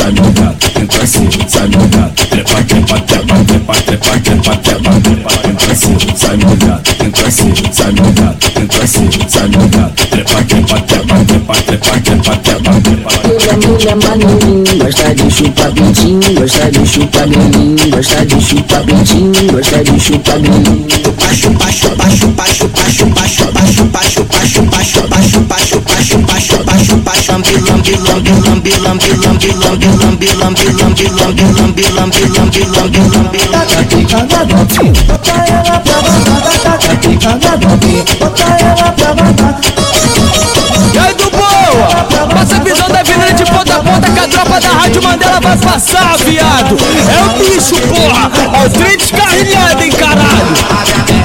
sai no gato, entra assim, sai no gato, trepa, trepa, trepa, trepa, trepa, trepa, trepa, trepa, entra assim, sai no gato, entra assim, sai no gato, entra assim, sai no gato, trepa, trepa, trepa, trepa, trepa, trepa, trepa, trepa. Mulher maneirinho, gosta de chupar pintinho, gosta de chupar grelhinho, gosta de chupar pintinho, gosta de chupar grelhinho. Chupa, chupa, chupa, chupa, chupa, chupa, chupa, chupa, chupa, chupa, chupa, chupa, chupa, chupa, chupa, lambi, lambi, lambi, lambi, lambi, lambi, lambi, lambi, lambi, lambi, lambi, lambi, lambi, lambi, lambi, lambi. Taca pica na novinha, bota ela pra mamar. Taca pica na novinha, bota ela pra mamar. E aí do boa, passa a visão da avenida de ponta a ponta, que a tropa da Rádio Mandela vai passar, viado. É o bicho, porra, é o trem descarrilhado, hein, caralho.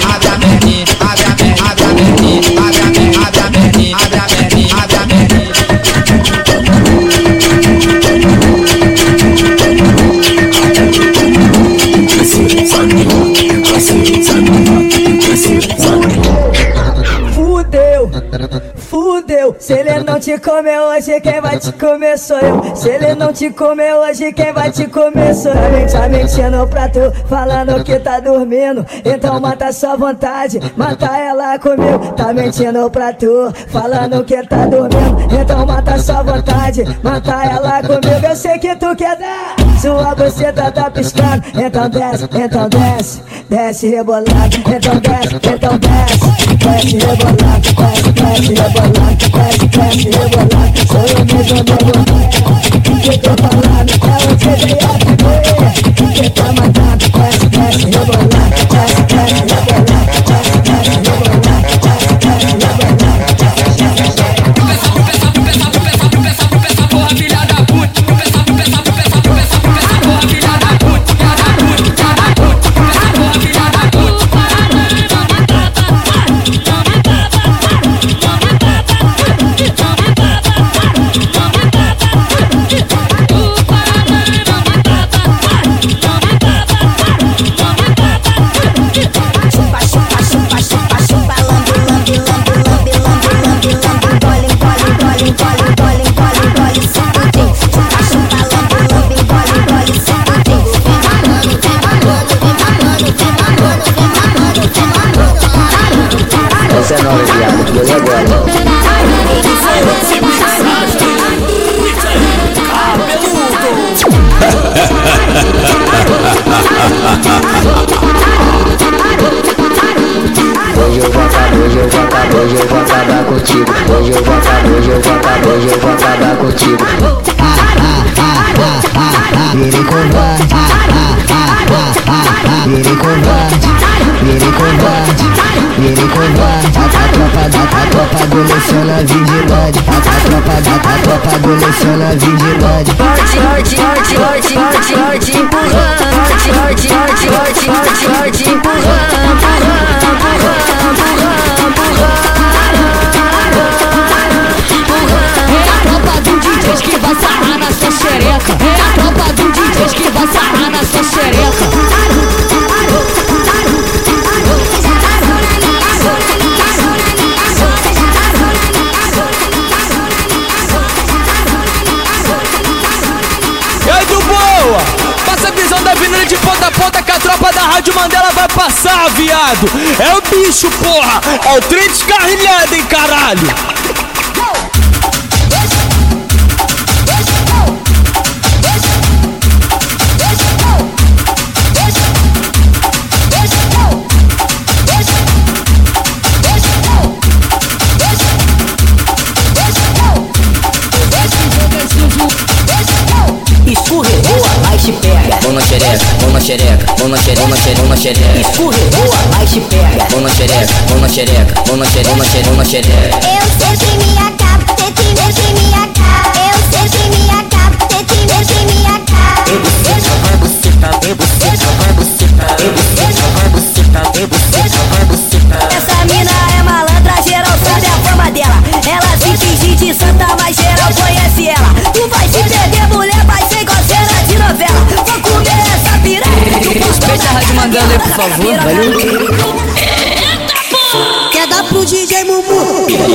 Fudeu, se ele não te comer hoje, quem vai te comer sou eu. Se ele não te comer hoje, quem vai te comer sou eu. Tá mentindo pra tu, falando que tá dormindo. Então mata sua vontade, mata ela comigo. Tá mentindo pra tu, falando que tá dormindo. Então mata sua vontade, mata ela comigo. Eu sei que tu quer dar, sua buceta tá piscando. Então desce, desce rebolado. Então desce, desce rebolado. Desce rebolado, desce rebolado. Sou eu mesmo do que tô falando, é o que veio a viver. Que tá matando, desce rebolado. Desce rebolado, desce rebolado. Desce rebolado. Porra, filha da puta. Porra, filha da puta. Essa é nova, viado, vou agora. Hoje eu vou acabar contigo. Hoje eu vou acabar contigo. Virei covarde, virei covarde, virei covarde, virei covarde. A tropa adolescente vigilante. A tropa adolescente vigilante. Forte, empurrando. Forte, empurrando. É a tropa do DJ que vai sarrar na sua xereca. É a tropa do DJ que vai sarrar na sua xereca. E aí do boa, passa a visão da avenida de ponta a ponta, que a tropa da Rádio Mandela vai passar, viado. É o bicho, porra, é o trem descarrilhado, hein, caralho. Escorregou, a lá te pega. Mão na xereca, mão na xereca, mão na xereca, mão na xereca. Escorregou, a lá te pega. Mão na xereca, mão na xereca, mão na xereca, mão na xereca. Eu sempre me acabo, sempre me acabo. Eu sempre me acabo, sempre me acabo. Eu buceta, vai buceta, eu buceta, vai buceta, eu buceta, vai buceta, eu buceta, vai buceta. Essa mina é malandra, geral sabe a fama dela. Ela se finge de santa, mas geral conhece ela. Tu vai se perder, mulher, vai ser igual cena de novela. Vou comer essa piranha. Respeita a Rádio Mandela aí, por favor. Quer dar pro DJ Mumu?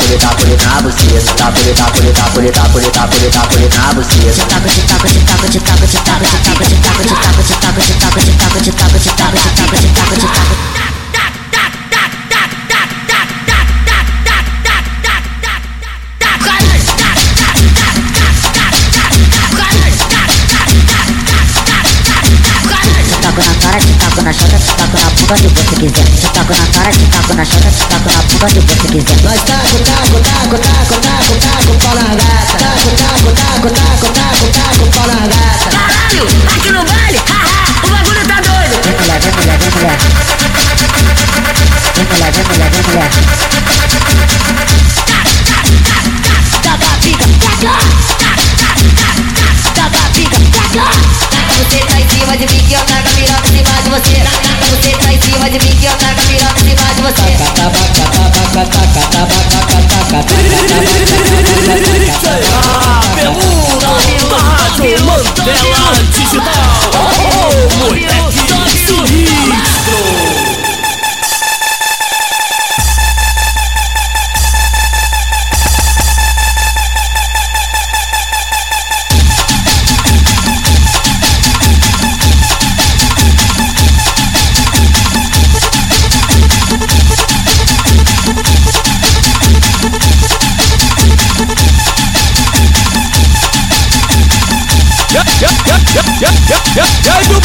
na buceta, na buceta. Taco na chota, te taco na bunda se você quiser. Te taco na cara, te taco na chota, te taco na bunda se você quiser. Nós taco pau na gata. Taco pau na gata. Caralho, aqui no baile, haha, o bagulho tá doido. Vem mulher. Taca pica, taca. Taca pica, taca. Você tá em cima de mim que eu taco a piroca em cima de você. Você tá em cima de mim que eu taco a piroca em cima de você. Rádio Mandela Digital. Moleque sinistro. E aí do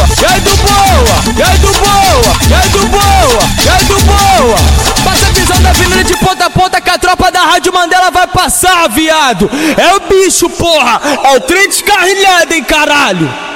boa. Passa a visão da avenida de ponta a ponta que a tropa da Rádio Mandela vai passar, viado. É o bicho, porra. É o trem descarrilhado, hein, caralho.